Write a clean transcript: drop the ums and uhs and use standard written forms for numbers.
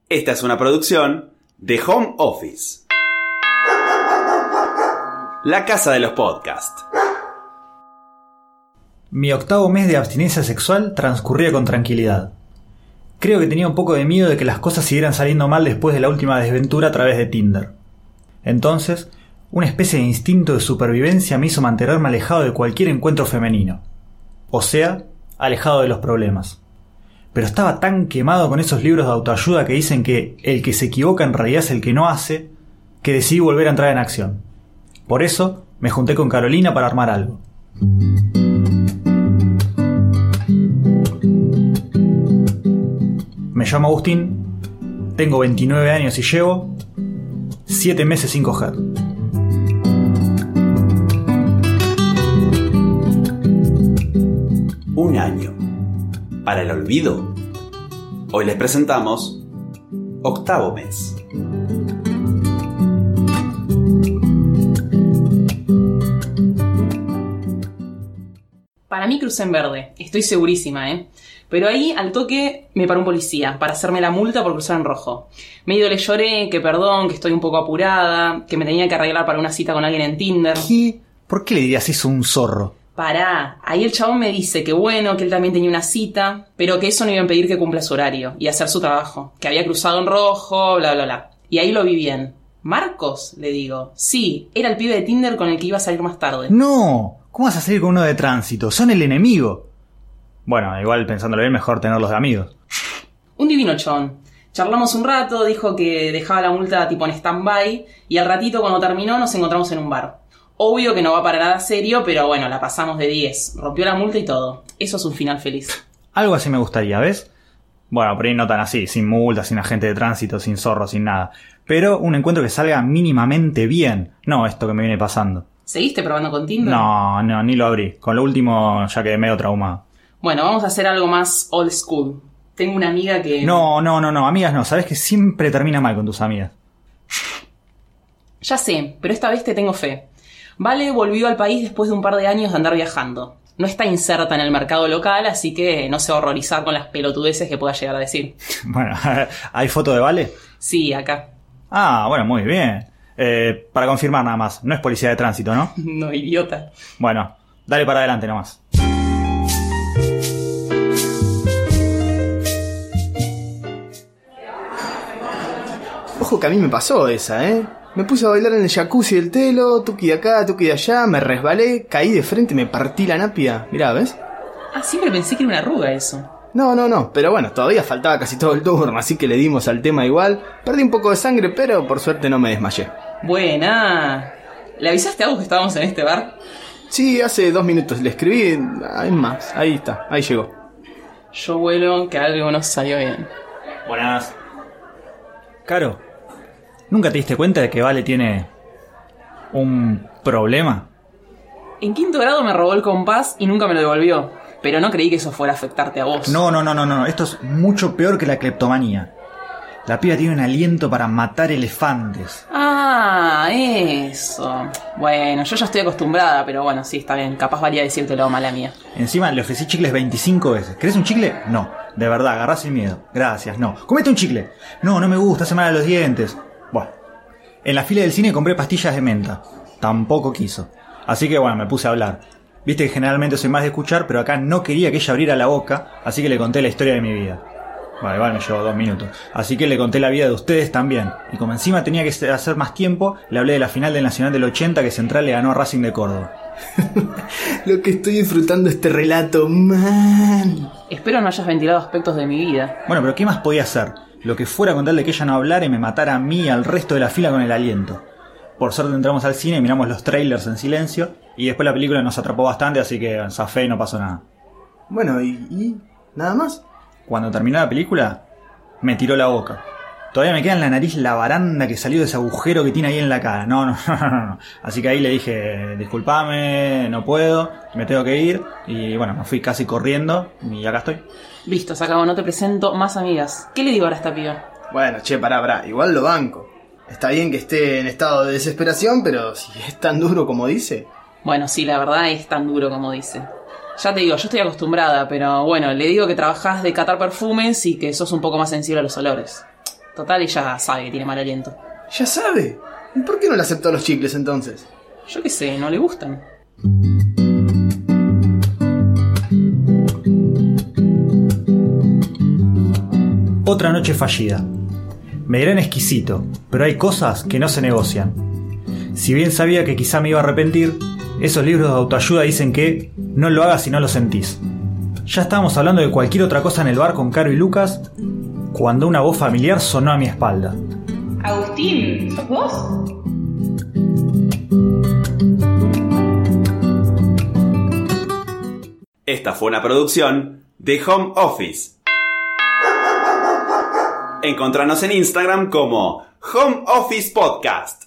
Esta es una producción de Home Office, la casa de los podcasts. Mi 8º mes de abstinencia sexual transcurría con tranquilidad. Creo que tenía un poco de miedo de que las cosas siguieran saliendo mal después de la última desventura a través de Tinder. Entonces, una especie de instinto de supervivencia me hizo mantenerme alejado de cualquier encuentro femenino. O sea, alejado de los problemas. Pero estaba tan quemado con esos libros de autoayuda que dicen que el que se equivoca en realidad es el que no hace, que decidí volver a entrar en acción. Por eso, me junté con Carolina para armar algo. Me llamo Agustín, tengo 29 años y llevo 7 meses sin coger. Un año. Para el olvido. Hoy les presentamos 8º mes. Para mí crucé en verde, estoy segurísima, Pero ahí al toque me paró un policía para hacerme la multa por cruzar en rojo. Medio le lloré, que perdón, que estoy un poco apurada, que me tenía que arreglar para una cita con alguien en Tinder. ¿Qué? ¿Por qué le dirías eso a un zorro? Pará, ahí el chabón me dice que bueno, que él también tenía una cita, pero que eso no iba a impedir que cumpla su horario y hacer su trabajo, que había cruzado en rojo, bla bla bla. Y ahí lo vi bien. ¿Marcos? Le digo. Sí, era el pibe de Tinder con el que iba a salir más tarde. ¡No! ¿Cómo vas a salir con uno de tránsito? ¡Son el enemigo! Bueno, igual pensándolo bien, mejor tenerlos de amigos. Un divino chabón. Charlamos un rato, dijo que dejaba la multa tipo en stand-by y al ratito cuando terminó nos encontramos en un bar. Obvio que no va para nada serio, pero bueno, la pasamos de 10. Rompió la multa y todo. Eso es un final feliz. Algo así me gustaría, ¿ves? Bueno, por ahí no tan así, sin multa, sin agente de tránsito, sin zorro, sin nada. Pero un encuentro que salga mínimamente bien. No esto que me viene pasando. ¿Seguiste probando con Tinder? No, ni lo abrí. Con lo último ya quedé medio traumado. Bueno, vamos a hacer algo más old school. Tengo una amiga que... No, amigas no. Sabes que siempre termina mal con tus amigas. Ya sé, pero esta vez te tengo fe. Vale volvió al país después de un par de años de andar viajando. No está inserta en el mercado local, así que no se va a horrorizar con las pelotudeces que pueda llegar a decir. Bueno, ¿hay foto de Vale? Sí, acá. Ah, bueno, muy bien. Para confirmar nada más, no es policía de tránsito, ¿no? No, idiota. Bueno, dale para adelante nomás. Ojo que a mí me pasó esa, Me puse a bailar en el jacuzzi del telo, tuqui de acá, tuqui de allá, me resbalé, caí de frente y me partí la napia. Mirá, ¿ves? Ah, siempre pensé que era una arruga eso. No, pero bueno, todavía faltaba casi todo el turno, así que le dimos al tema igual. Perdí un poco de sangre, pero por suerte no me desmayé. Buena. ¿Le avisaste a vos que estábamos en este bar? Sí, hace 2 minutos le escribí, es más, ahí está, ahí llegó. Yo vuelo que algo no salió bien. Buenas. Caro, ¿nunca te diste cuenta de que Vale tiene un problema? En 5º grado me robó el compás y nunca me lo devolvió. Pero no creí que eso fuera a afectarte a vos. No. Esto es mucho peor que la cleptomanía. La piba tiene un aliento para matar elefantes. Ah, eso. Bueno, yo ya estoy acostumbrada, pero bueno, sí, está bien. Capaz valía decírtelo, mala mía. Encima le ofrecí chicles 25 veces. ¿Querés un chicle? No. De verdad, agarrá sin miedo. Gracias, no. Comete un chicle. No me gusta, hace mal a los dientes. Bueno. En la fila del cine compré pastillas de menta. Tampoco quiso. Así que bueno, me puse a hablar. Viste que generalmente soy más de escuchar, pero acá no quería que ella abriera la boca, así que le conté la historia de mi vida. Bueno, igual me llevó 2 minutos. Así que le conté la vida de ustedes también. Y como encima tenía que hacer más tiempo, le hablé de la final del Nacional del 80 que Central le ganó a Racing de Córdoba. Lo que estoy disfrutando este relato, man. Espero no hayas ventilado aspectos de mi vida. Bueno, pero ¿qué más podía hacer? Lo que fuera con tal de que ella no hablara y me matara a mí y al resto de la fila con el aliento. Por suerte entramos al cine, miramos los trailers en silencio y después la película nos atrapó bastante, así que zafé y no pasó nada. Bueno, ¿y nada más? Cuando terminó la película, me tiró la boca. Todavía me queda en la nariz la baranda que salió de ese agujero que tiene ahí en la cara. No. Así que ahí le dije, disculpame, no puedo, me tengo que ir. Y bueno, me fui casi corriendo y acá estoy. Listo, se acabó, no te presento más amigas. ¿Qué le digo ahora a esta piba? Bueno, che, pará, igual lo banco. Está bien que esté en estado de desesperación, pero si es tan duro como dice... Bueno, sí, la verdad es tan duro como dice. Ya te digo, yo estoy acostumbrada, pero bueno, le digo que trabajás de catar perfumes y que sos un poco más sensible a los olores. Total, ella sabe que tiene mal aliento. Ya sabe. ¿Y por qué no le aceptó los chicles entonces? Yo qué sé, no le gustan. Otra noche fallida. Me dirán exquisito, pero hay cosas que no se negocian. Si bien sabía que quizá me iba a arrepentir, esos libros de autoayuda dicen que no lo hagas si no lo sentís. Ya estábamos hablando de cualquier otra cosa en el bar con Caro y Lucas, cuando una voz familiar sonó a mi espalda. Agustín, ¿sos vos? Esta fue una producción de Home Office. Encontranos en Instagram como Home Office Podcast.